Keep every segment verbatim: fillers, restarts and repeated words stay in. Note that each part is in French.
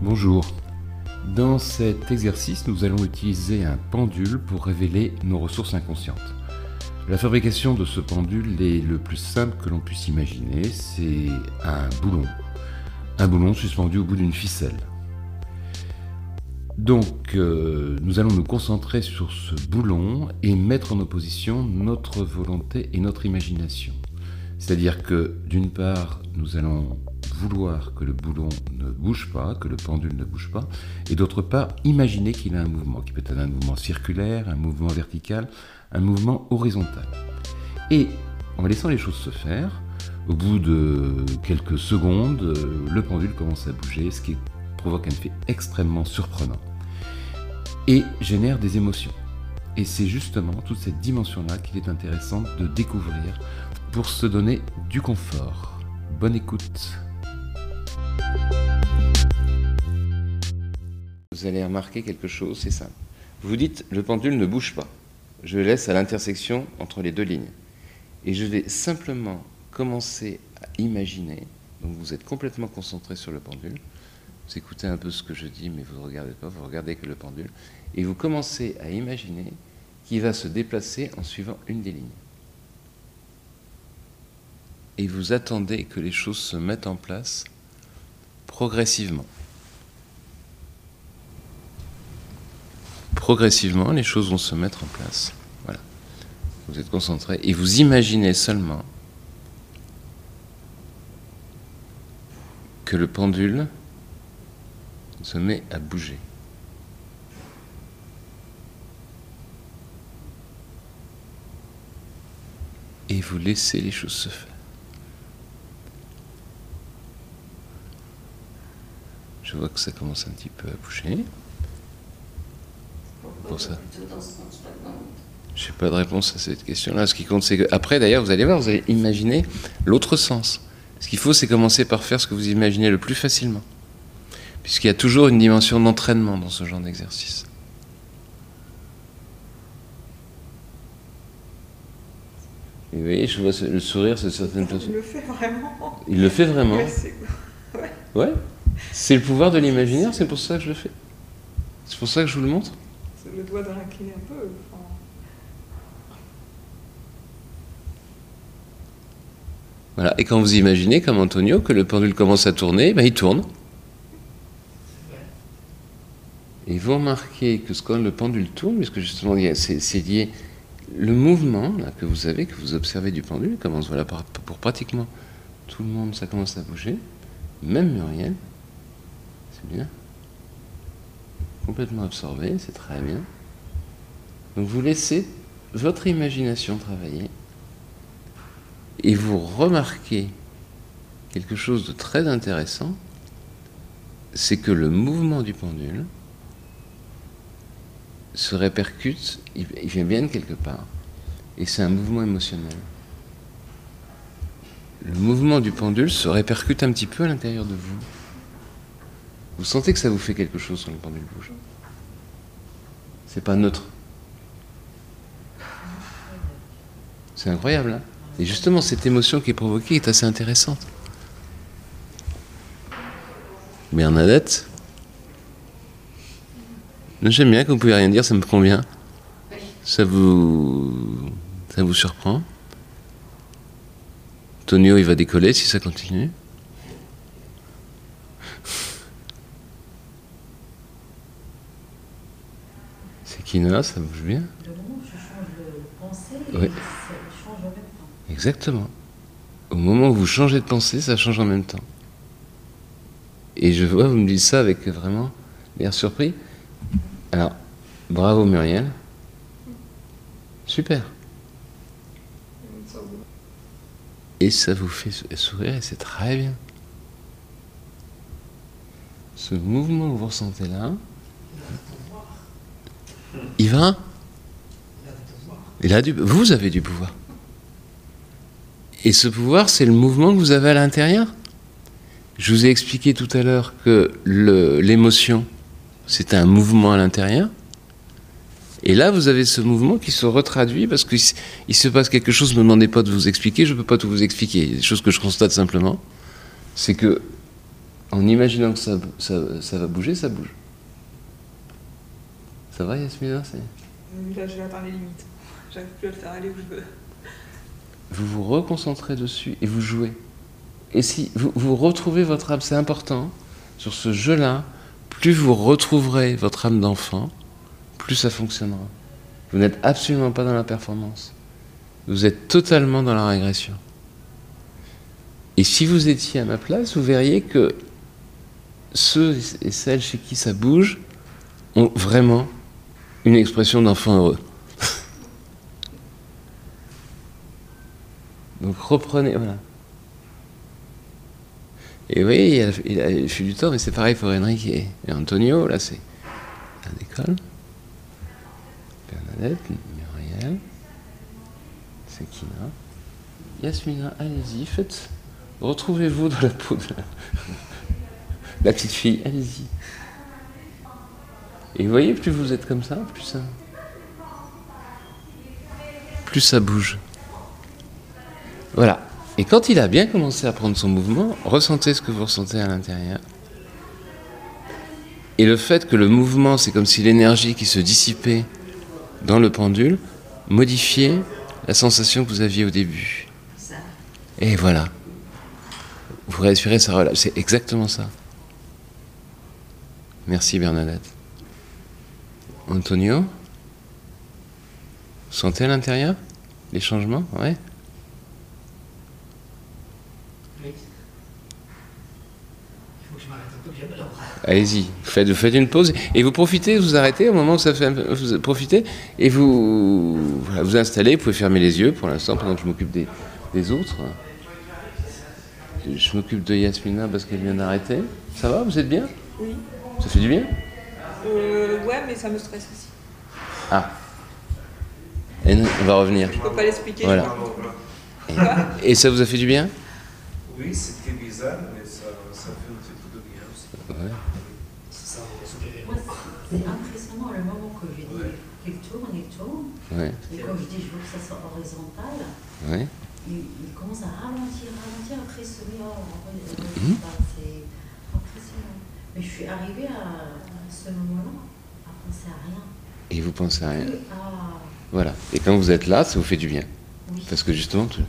Bonjour. Dans cet exercice, nous allons utiliser un pendule pour révéler nos ressources inconscientes. La fabrication de ce pendule est le plus simple que l'on puisse imaginer, c'est un boulon. Un boulon suspendu au bout d'une ficelle. Donc, euh, nous allons nous concentrer sur ce boulon et mettre en opposition notre volonté et notre imagination. C'est-à-dire que, d'une part, nous allons vouloir que le boulon ne bouge pas, que le pendule ne bouge pas, et d'autre part, imaginer qu'il a un mouvement, qui peut être un mouvement circulaire, un mouvement vertical, un mouvement horizontal. Et, en laissant les choses se faire, au bout de quelques secondes, le pendule commence à bouger, ce qui provoque un effet extrêmement surprenant et génère des émotions. Et c'est justement toute cette dimension-là qu'il est intéressant de découvrir pour se donner du confort. Bonne écoute. Vous allez remarquer quelque chose, c'est simple. Vous vous dites, le pendule ne bouge pas. Je le laisse à l'intersection entre les deux lignes. Et je vais simplement commencer à imaginer, donc vous êtes complètement concentré sur le pendule, vous écoutez un peu ce que je dis, mais vous ne regardez pas, vous regardez que le pendule, et vous commencez à imaginer qu'il va se déplacer en suivant une des lignes. Et vous attendez que les choses se mettent en place progressivement. Progressivement, les choses vont se mettre en place. Voilà. Vous êtes concentré et vous imaginez seulement que le pendule se met à bouger. Et vous laissez les choses se faire. Je vois que ça commence un petit peu à bouger. Pour ça. Je n'ai pas de réponse à cette question-là. Ce qui compte, c'est que après, d'ailleurs, vous allez voir, vous allez imaginer l'autre sens. Ce qu'il faut, c'est commencer par faire ce que vous imaginez le plus facilement. Puisqu'il y a toujours une dimension d'entraînement dans ce genre d'exercice. Et vous voyez, je vois le sourire sur certaines personnes. Il le fait vraiment. Il le fait vraiment. Ouais, c'est... Ouais. Ouais. C'est le pouvoir de l'imaginaire, c'est pour ça que je le fais. C'est pour ça que je vous le montre. C'est le doigt de l'incliner un peu. Enfin... Voilà. Et quand vous imaginez, comme Antonio, que le pendule commence à tourner, ben il tourne. Et vous remarquez que quand le pendule tourne, puisque justement c'est, c'est lié, le mouvement là, que vous avez, que vous observez du pendule, commence voilà, par, pour pratiquement tout le monde, ça commence à bouger, même Muriel, c'est bien, complètement absorbé, c'est très bien. Donc vous laissez votre imagination travailler et vous remarquez quelque chose de très intéressant, c'est que le mouvement du pendule se répercute, il vient bien de quelque part, et c'est un mouvement émotionnel. Le mouvement du pendule se répercute un petit peu à l'intérieur de vous. Vous sentez que ça vous fait quelque chose quand le pendule bouge. C'est pas neutre. C'est incroyable, hein ? Et justement, cette émotion qui est provoquée est assez intéressante. Bernadette ? J'aime bien que vous ne pouvez rien dire, ça me convient. Ça vous, ça vous surprend. Tonio, il va décoller si ça continue. C'est Kina, ça bouge bien. Le moment où je change de pensée, Oui. ça change en même temps. Exactement. Au moment où vous changez de pensée, ça change en même temps. Et je vois, vous me dites ça avec vraiment l'air surpris. Alors, bravo Muriel. Super. Et ça vous fait sourire et c'est très bien. Ce mouvement que vous ressentez là, il va. Il a du, vous avez du pouvoir. Et ce pouvoir, c'est le mouvement que vous avez à l'intérieur. Je vous ai expliqué tout à l'heure que le, l'émotion, c'est un mouvement à l'intérieur. Et là, vous avez ce mouvement qui se retraduit parce qu'il il se passe quelque chose, ne me demandez pas de vous expliquer, je ne peux pas tout vous expliquer. Il y a des choses que je constate simplement. C'est que En imaginant que ça, ça, ça va bouger, ça bouge. Ça va, Yasmina? c'est... Là, j'ai atteint les limites. J'arrive plus à le faire aller où je veux. Vous vous reconcentrez dessus et vous jouez. Et si vous, vous retrouvez votre âme, c'est important, sur ce jeu-là, plus vous retrouverez votre âme d'enfant, plus ça fonctionnera. Vous n'êtes absolument pas dans la performance. Vous êtes totalement dans la régression. Et si vous étiez à ma place, vous verriez que ceux et celles chez qui ça bouge ont vraiment une expression d'enfant heureux. Donc reprenez, voilà. Et oui, il a, il a, il fait du temps, mais c'est pareil pour Enrique et, et Antonio, là c'est à l'école. Bernadette, Muriel, Sekina, Yasmina, allez-y, faites, retrouvez-vous dans la peau de la, la petite fille, allez-y. Et vous voyez, plus vous êtes comme ça, plus ça, plus ça bouge. Voilà. Et quand il a bien commencé à prendre son mouvement, ressentez ce que vous ressentez à l'intérieur. Et le fait que le mouvement, c'est comme si l'énergie qui se dissipait dans le pendule modifiait la sensation que vous aviez au début. Et voilà. Vous respirez, ça relâche. C'est exactement ça. Merci Bernadette. Antonio, vous sentez à l'intérieur les changements? Ouais. Allez-y, faites, faites une pause et vous profitez, vous arrêtez au moment où ça fait un peu, vous profitez et vous voilà, vous installez, vous pouvez fermer les yeux pour l'instant pendant que je m'occupe des, des autres. Je m'occupe de Yasmina parce qu'elle vient d'arrêter. Ça va, vous êtes bien? Oui. Ça fait du bien? Euh, ouais, mais ça me stresse aussi. Ah. Et nous, on va revenir. Je peux pas l'expliquer. Voilà. Et, et ça vous a fait du bien? Oui, c'était bizarre, mais ça, ça fait un petit peu de bien aussi. Ouais. C'est impressionnant le moment que je dis Ouais. qu'il tourne, il tourne. Ouais. Et quand je dis je veux que ça soit horizontal, Ouais. il, il commence à ralentir, ralentir, après se met en horizontal. Mhm. C'est impressionnant. Mais je suis arrivée à, à ce moment-là à penser à rien. Et vous pensez à rien. Que à- Voilà. Et quand vous êtes là, ça vous fait du bien. oui. Parce que justement, tout...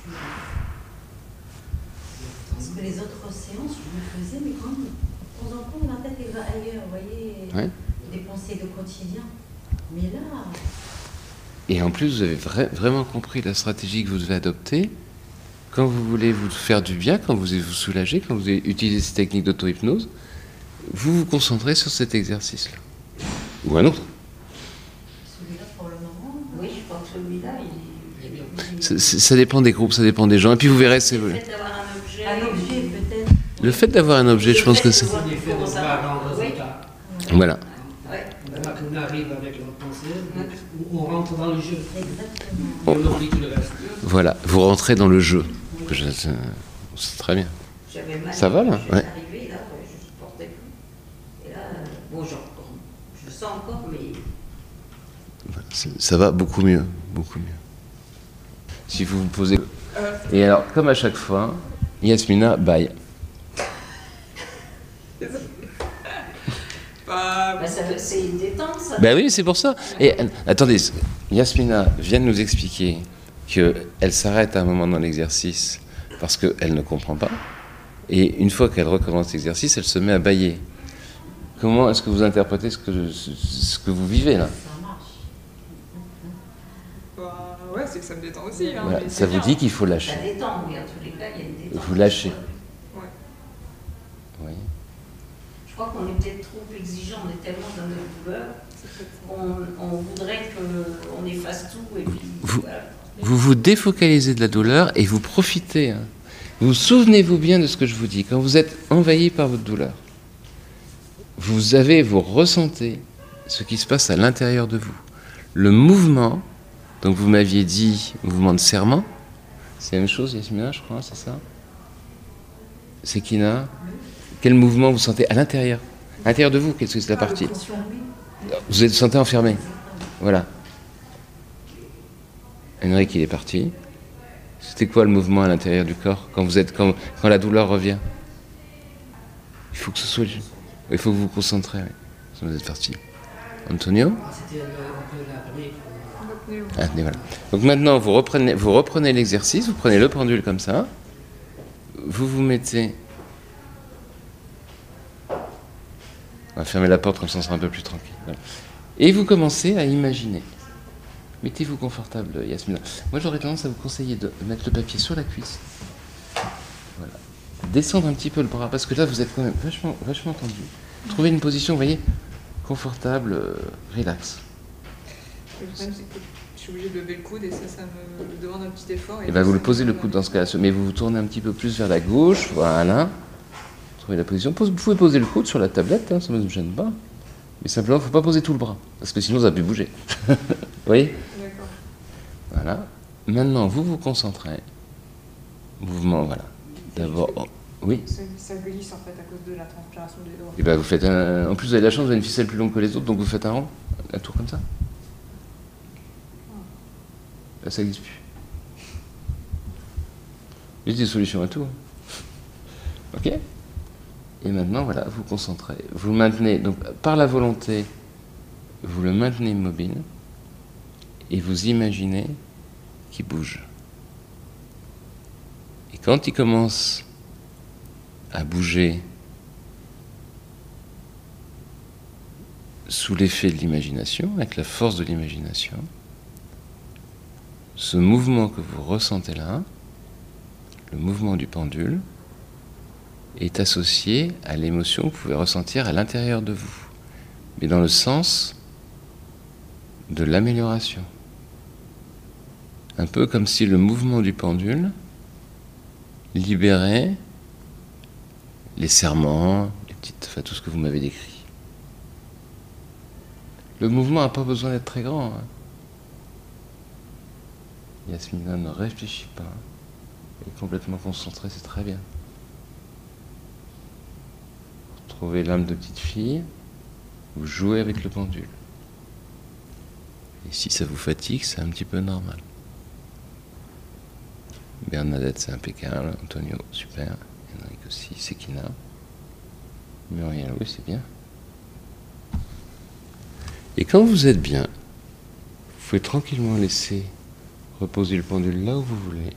Parce que les autres séances, je le faisais, mais quand même, de temps en temps, la tête elle va ailleurs, vous voyez, Ouais. des pensées de quotidien. Mais là, Et en plus, vous avez vra- vraiment compris la stratégie que vous devez adopter quand vous voulez vous faire du bien, quand vous voulez vous soulager, quand vous utilisez ces techniques d'auto-hypnose, vous vous concentrez sur cet exercice-là. Ou un autre. celui-là pour le moment, Oui, je crois que celui-là, il est, il est bien. Ça, ça- ça dépend des groupes, ça dépend des gens. Et puis vous verrez, c'est... Le fait d'avoir un objet. un objet peut-être. Le fait d'avoir un objet, je pense que c'est... c'est l'effet de voir un résultat. Voilà. Ouais. On arrive avec notre pensée, on rentre dans le jeu. Exactement. Oh. On oublie tout le reste. Voilà, vous rentrez dans le jeu. Que je- C'est c'est très bien. J'avais mal. Ça va, là? Je suis Ouais. arrivée, là, je ne supportais plus. Et là, euh, bon, je, je le sens encore, mais Voilà, c'est- ça va beaucoup mieux, beaucoup mieux. Si vous vous posez... Euh, Et alors, comme à chaque fois, Yasmina, bye. bah, bah, ça- c'est une détente, ça. Ben oui, c'est pour ça. Et euh, attendez, Yasmina vient de nous expliquer qu'elle s'arrête à un moment dans l'exercice parce qu'elle ne comprend pas. Et une fois qu'elle recommence l'exercice, elle se met à bâiller. Comment est-ce que vous interprétez ce que, ce que vous vivez là? Ça marche. bah, ouais, c'est que ça me détend aussi. Hein, Voilà, mais ça c'est vous bien. dit qu'il faut Ça lâcher. détend, oui, en tous les cas, il y a une détente. Vous lâchez. Ouais. Oui. Je crois qu'on est peut-être trop exigeant, on est tellement dans nos douleurs, C'est peut-être ça. on, on voudrait qu'on efface tout et puis Vous- voilà. Vous vous défocalisez de la douleur et vous profitez. Hein. Vous souvenez-vous bien de ce que je vous dis. Quand vous êtes envahi par votre douleur, vous avez, vous ressentez ce qui se passe à l'intérieur de vous. Le mouvement, donc vous m'aviez dit mouvement de serrement, c'est la même chose, Yasmina, je crois, c'est ça? Sekina, quel mouvement vous sentez à l'intérieur? À l'intérieur de vous, qu'est-ce que c'est la Ah, partie? le pression. Vous êtes sentez enfermé. Voilà. Henrik, il est parti. C'était quoi le mouvement à l'intérieur du corps quand vous êtes quand, quand la douleur revient? Il faut que ce soit... Il faut que vous vous concentrez, oui. Sinon vous êtes parti. Antonio? C'était un peu la brique. Ah, et voilà. Donc maintenant, vous reprenez, vous reprenez l'exercice, vous prenez le pendule comme ça, vous vous mettez... On va fermer la porte, comme ça on sera un peu plus tranquille. Voilà. Et vous commencez à imaginer. Mettez-vous confortable, Yasmina. Moi, j'aurais tendance à vous conseiller de mettre le papier sur la cuisse. Voilà. Descendre un petit peu le bras, parce que là, vous êtes quand même vachement, vachement tendu. Trouvez une position, vous voyez, confortable, euh, relax. Le problème, c'est que je suis obligée de lever le coude et ça, ça me demande un petit effort. Et bien, vous le posez le coude dans ce cas-là, mais vous vous tournez un petit peu plus vers la gauche, voilà. Trouvez la position. Vous pouvez poser le coude sur la tablette, hein, ça ne me gêne pas. Mais simplement, il ne faut pas poser tout le bras, parce que sinon, ça va plus bouger. Vous voyez? D'accord. Voilà. Maintenant, vous vous concentrez. Mouvement, voilà. D'abord, oh, oui. Ça, ça glisse en fait à cause de la transpiration des doigts. Et ben, vous faites un... En plus, vous avez la chance, vous avez une ficelle plus longue que les autres, donc vous faites un rond, un tour comme ça. Là, ça glisse plus. Il y a des solutions à tout. Ok? Et maintenant, voilà, vous concentrez. Vous le maintenez, donc par la volonté, vous le maintenez immobile et vous imaginez qu'il bouge. Et quand il commence à bouger sous l'effet de l'imagination, avec la force de l'imagination, ce mouvement que vous ressentez là, le mouvement du pendule, est associé à l'émotion que vous pouvez ressentir à l'intérieur de vous, mais dans le sens de l'amélioration. Un peu comme si le mouvement du pendule libérait les serments, les petites, enfin, tout ce que vous m'avez décrit. Le mouvement n'a pas besoin d'être très grand. Hein. Yasmina ne réfléchit pas. Elle est complètement concentrée, c'est très bien. Trouvez l'âme de petite fille, vous jouez avec le pendule. Et si ça vous fatigue, c'est un petit peu normal. Bernadette, c'est impeccable. Antonio, super. Henrik aussi, Sekina. Muriel, oui, c'est bien. Et quand vous êtes bien, vous pouvez tranquillement laisser reposer le pendule là où vous voulez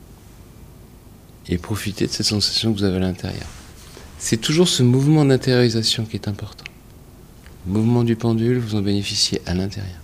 et profiter de cette sensation que vous avez à l'intérieur. C'est toujours ce mouvement d'intériorisation qui est important. Le mouvement du pendule, vous en bénéficiez à l'intérieur.